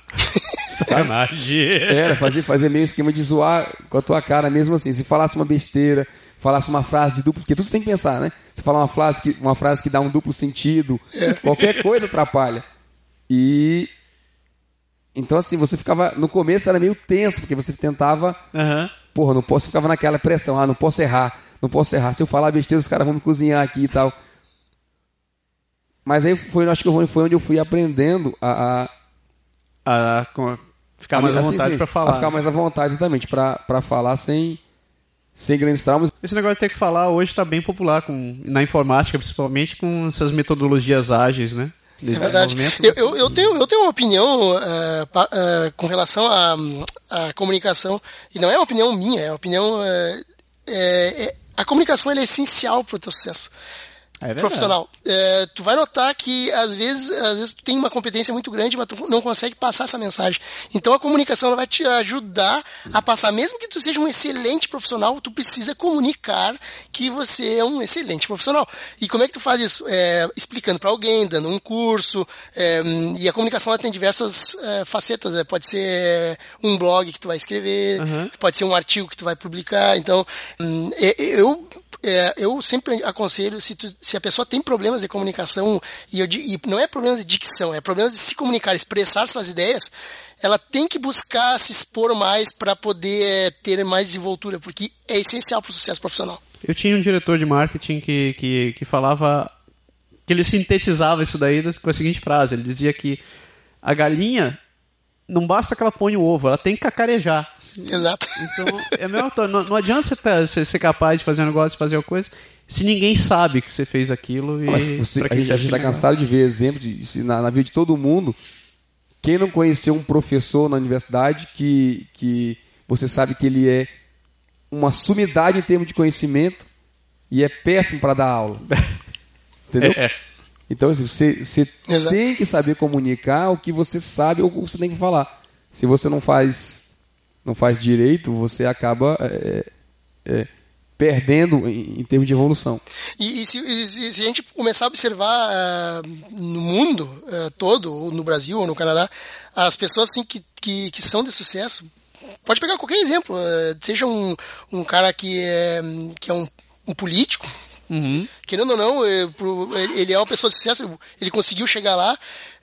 Sacanagem. Era, fazer, fazer meio esquema de zoar com a tua cara, mesmo assim. Se falasse uma besteira, falasse uma frase de duplo, porque tudo você tem que pensar, né? Você fala uma frase que, uma frase que dá um duplo sentido, é. qualquer coisa atrapalha. E então assim, você ficava, no começo era meio tenso, porque você tentava, uhum. porra, não posso, ficava naquela pressão, ah, não posso errar, não posso errar, se eu falar besteira os caras vão me cozinhar aqui e tal. Mas aí foi, acho que foi onde eu fui aprendendo a... a, a ficar a, mais à vontade assim, para falar. A ficar mais à vontade, exatamente, para falar sem, sem grandes traumas. Esse negócio de ter que falar hoje está bem popular, com, na informática, principalmente com essas metodologias ágeis, né? É verdade. Eu, eu, eu, tenho, eu tenho uma opinião uh, pa, uh, com relação à a, a comunicação, e não é uma opinião minha, é uma opinião... Uh, é, é, a comunicação ela é essencial para o teu sucesso. É profissional. É, tu vai notar que às vezes, às vezes tu tem uma competência muito grande, mas tu não consegue passar essa mensagem. Então a comunicação ela vai te ajudar a passar. Mesmo que tu seja um excelente profissional, tu precisa comunicar que você é um excelente profissional. E como é que tu faz isso? É, explicando para alguém, dando um curso. É, e a comunicação ela tem diversas é, facetas. É, pode ser um blog que tu vai escrever, uhum. pode ser um artigo que tu vai publicar. Então, hum, eu... É, eu sempre aconselho, se, tu, se a pessoa tem problemas de comunicação, e, eu, e não é problemas de dicção, é problemas de se comunicar, expressar suas ideias, ela tem que buscar se expor mais para poder é, ter mais desenvoltura, porque é essencial para o sucesso profissional. Eu tinha um diretor de marketing que, que, que falava, que ele sintetizava isso daí com a seguinte frase, ele dizia que a galinha, não basta que ela ponha o ovo, ela tem que cacarejar. Exato. Então, é mesmo, não, não adianta você, tá, você ser capaz de fazer um negócio, de fazer uma coisa, se ninguém sabe que você fez aquilo. E Mas você, a gente está cansado de ver exemplos de, na, na vida de todo mundo. Quem não conheceu um professor na universidade que, que você sabe que ele é uma sumidade em termos de conhecimento e é péssimo para dar aula. Entendeu? É. Então, assim, você, você tem que saber comunicar o que você sabe ou o que você tem que falar. Se você não faz... não faz direito, você acaba é, é, perdendo em, em termos de evolução. E, e, se, e se a gente começar a observar uh, no mundo uh, todo, ou no Brasil ou no Canadá, as pessoas assim, que, que, que são de sucesso, pode pegar qualquer exemplo, uh, seja um, um cara que é, que é um, um político, uhum. querendo ou não, ele é uma pessoa de sucesso, ele conseguiu chegar lá,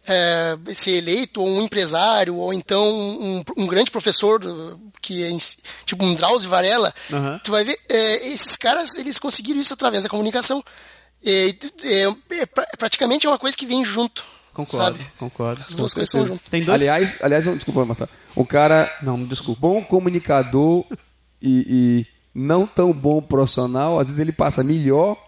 É, ser eleito, ou um empresário, ou então um, um grande professor que é tipo um Drauzio Varela, uhum. tu vai ver, é, esses caras eles conseguiram isso através da comunicação. É, é, é, é praticamente é uma coisa que vem junto. Concordo, sabe? concordo. As duas coisas são juntas. Tem dois... Aliás, aliás, desculpa, Marcelo. Um cara não, desculpa. bom comunicador e, e não tão bom profissional, às vezes ele passa melhor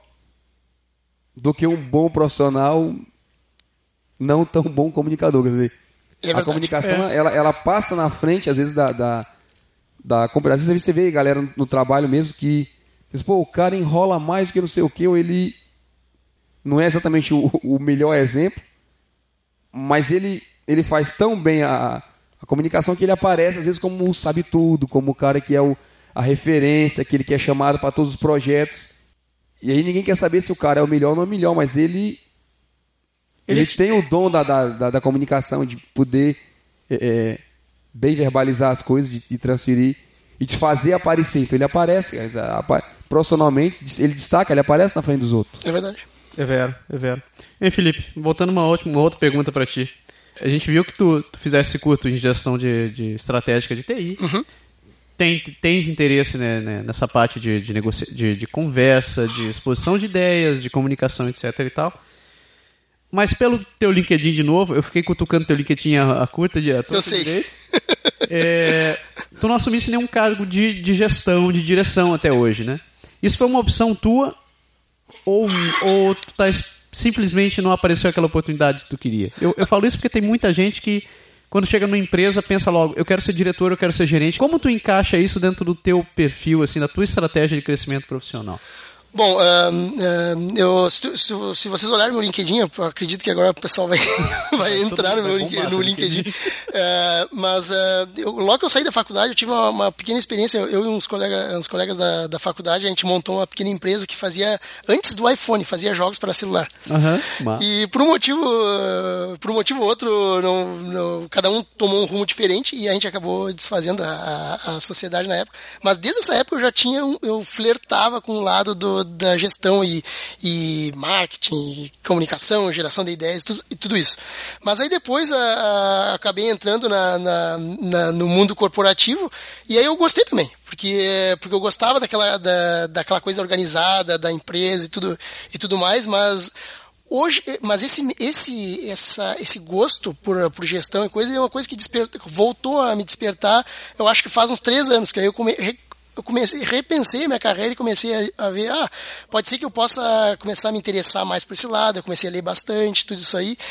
do que um bom profissional não tão bom comunicador. Quer dizer, é a comunicação é. ela, ela passa na frente, às vezes, da, da, da às vezes você vê galera no, no trabalho mesmo que diz, pô, o cara enrola mais do que não sei o que, ou ele não é exatamente o, o melhor exemplo, mas ele, ele faz tão bem a, a comunicação que ele aparece, às vezes, como o sabe tudo, como o cara que é o, a referência, aquele que é chamado para todos os projetos. E aí ninguém quer saber se o cara é o melhor ou não é o melhor, mas ele... Ele, ele tem o dom da, da, da comunicação, de poder é, bem verbalizar as coisas, de, de transferir e de fazer aparecer. Então ele aparece, profissionalmente, ele destaca, ele aparece na frente dos outros. É verdade. É vero, é vero. E Felipe, voltando uma, outra, uma outra pergunta para ti. A gente viu que tu, tu fizesse curso em gestão de, de estratégica de T I. Uhum. Tem, tens interesse, né, né, nessa parte de, de, negocia- de, de conversa, de exposição de ideias, de comunicação, etc e tal. Mas pelo teu LinkedIn de novo, eu fiquei cutucando teu LinkedIn a, a curta de a Eu sei. Direito, é, tu não assumisse nenhum cargo de, de gestão, de direção até hoje, né? Isso foi uma opção tua ou, ou tu tá, simplesmente não apareceu aquela oportunidade que tu queria? Eu, eu falo isso porque tem muita gente que quando chega numa empresa pensa logo, eu quero ser diretor, eu quero ser gerente. Como tu encaixa isso dentro do teu perfil, assim, da tua estratégia de crescimento profissional? Bom, uh, uh, eu, se, se, se vocês olharem meu LinkedIn, eu acredito que agora o pessoal vai, vai entrar no, meu link, no LinkedIn. Uh, mas uh, eu, logo que eu saí da faculdade, eu tive uma, uma pequena experiência. Eu e uns colegas, uns colegas da, da faculdade, a gente montou uma pequena empresa que fazia, antes do iPhone, fazia jogos para celular. Uhum, e por um motivo, uh, por um motivo ou outro, não, não, cada um tomou um rumo diferente e a gente acabou desfazendo a, a, a sociedade na época. Mas desde essa época eu já tinha, eu flertava com o lado do da gestão e, e marketing, e comunicação, geração de ideias tudo, e tudo isso. Mas aí depois a, a, acabei entrando na, na, na, no mundo corporativo e aí eu gostei também, porque, porque eu gostava daquela, da, daquela coisa organizada da empresa e tudo, e tudo mais, mas hoje, mas esse, esse, essa, esse gosto por, por gestão e coisa é uma coisa que despertou, voltou a me despertar, eu acho que faz uns três anos, que aí eu comecei eu comecei, repensei minha carreira e comecei a, a ver, ah, pode ser que eu possa começar a me interessar mais por esse lado, eu comecei a ler bastante, tudo isso aí,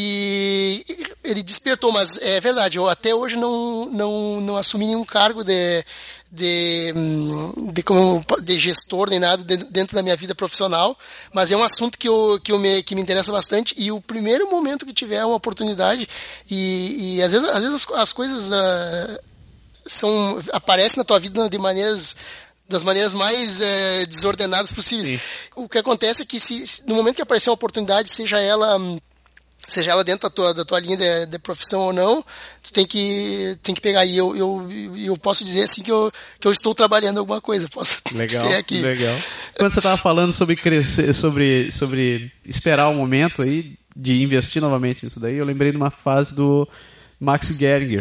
e ele despertou, mas é verdade, eu até hoje não, não, não assumi nenhum cargo de, de, de, como, de gestor nem nada dentro da minha vida profissional, mas é um assunto que, eu, que, eu me, que me interessa bastante, e o primeiro momento que tiver uma oportunidade, e, e às vezes, às vezes as, as coisas... Uh, São, aparece na tua vida de maneiras, das maneiras mais é, desordenadas possíveis. Sim. O que acontece é que se, se, no momento que aparecer uma oportunidade, seja ela, seja ela dentro da tua, da tua linha de, de profissão ou não, tu tem que, tem que pegar. E eu, eu, eu posso dizer assim que eu, que eu estou trabalhando alguma coisa. Posso legal, ser aqui. Legal. Quando você estava falando sobre crescer, sobre, sobre esperar o momento aí de investir novamente nisso daí, eu lembrei de uma fase do Max Geringer.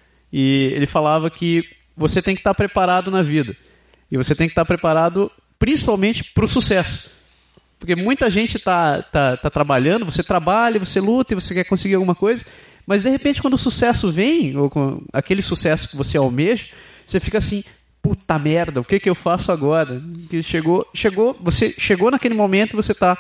E ele falava que você tem que estar preparado na vida. E você tem que estar preparado principalmente para o sucesso. Porque muita gente está tá, tá trabalhando, você trabalha, você luta e você quer conseguir alguma coisa, mas de repente quando o sucesso vem, ou com aquele sucesso que você almeja, você fica assim, puta merda, o que, que eu faço agora? Que chegou, chegou, você chegou naquele momento e você está...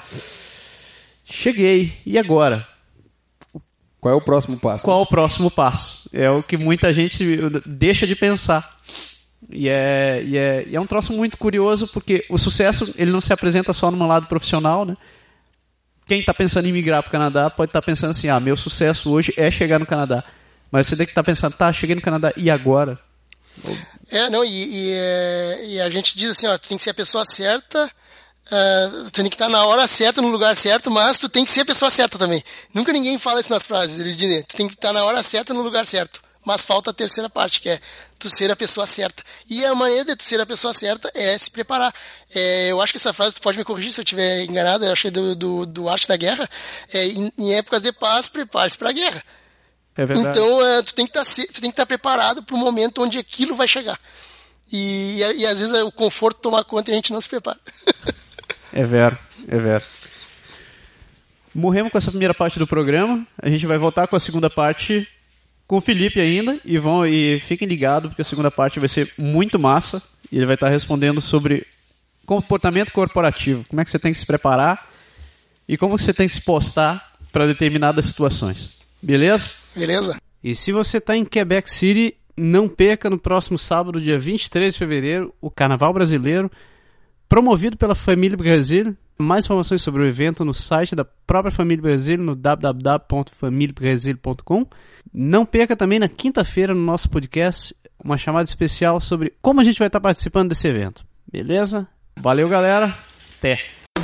Cheguei, e agora? Qual é o próximo passo? Qual é o próximo passo? É o que muita gente deixa de pensar. E é, e é, e é um troço muito curioso, porque o sucesso ele não se apresenta só no lado profissional, né? Quem está pensando em migrar para o Canadá pode estar tá pensando assim, ah, meu sucesso hoje é chegar no Canadá. Mas você tem que estar tá pensando, tá, cheguei no Canadá, e agora? É, não, e, e, e a gente diz assim, ó, tu tem que ser a pessoa certa... Uh, tu tem que estar na hora certa, no lugar certo, mas tu tem que ser a pessoa certa também. Nunca ninguém fala isso nas frases, eles dizem, tu tem que estar na hora certa, no lugar certo. Mas falta a terceira parte, que é tu ser a pessoa certa. E a maneira de tu ser a pessoa certa é se preparar. É, eu acho que essa frase, tu pode me corrigir se eu estiver enganado, eu achei do, do, do Arte da Guerra, é, em, em épocas de paz, prepare-se para a guerra. É verdade. Então, é, tu tem que estar, tu tem que estar preparado para o momento onde aquilo vai chegar. E, e, e às vezes o conforto toma conta e a gente não se prepara. É vero, é vero. Morremos com essa primeira parte do programa. A gente vai voltar com a segunda parte com o Felipe ainda. E, vão, e fiquem ligados, porque a segunda parte vai ser muito massa. E ele vai estar respondendo sobre comportamento corporativo. Como é que você tem que se preparar e como você tem que se postar para determinadas situações. Beleza? Beleza. E se você está em Quebec City, não perca no próximo sábado, dia vinte e três de fevereiro, o Carnaval Brasileiro, promovido pela Família Brasil. Mais informações sobre o evento no site da própria Família Brasil, no w w w ponto família brasil ponto com. Não perca também na quinta-feira no nosso podcast uma chamada especial sobre como a gente vai estar participando desse evento. Beleza? Valeu, galera. Até.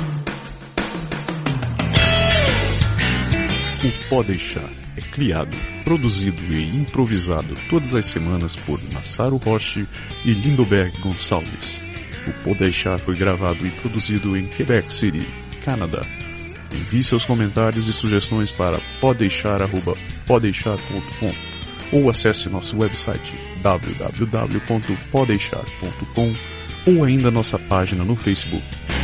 O Pode Deixar é criado, produzido e improvisado todas as semanas por Massaro Roche e Lindoberg Gonçalves. O Pode Deixar foi gravado e produzido em Quebec City, Canadá. Envie seus comentários e sugestões para podeixar arroba podeixar ponto com ou acesse nosso website w w w ponto podeixar ponto com ou ainda nossa página no Facebook.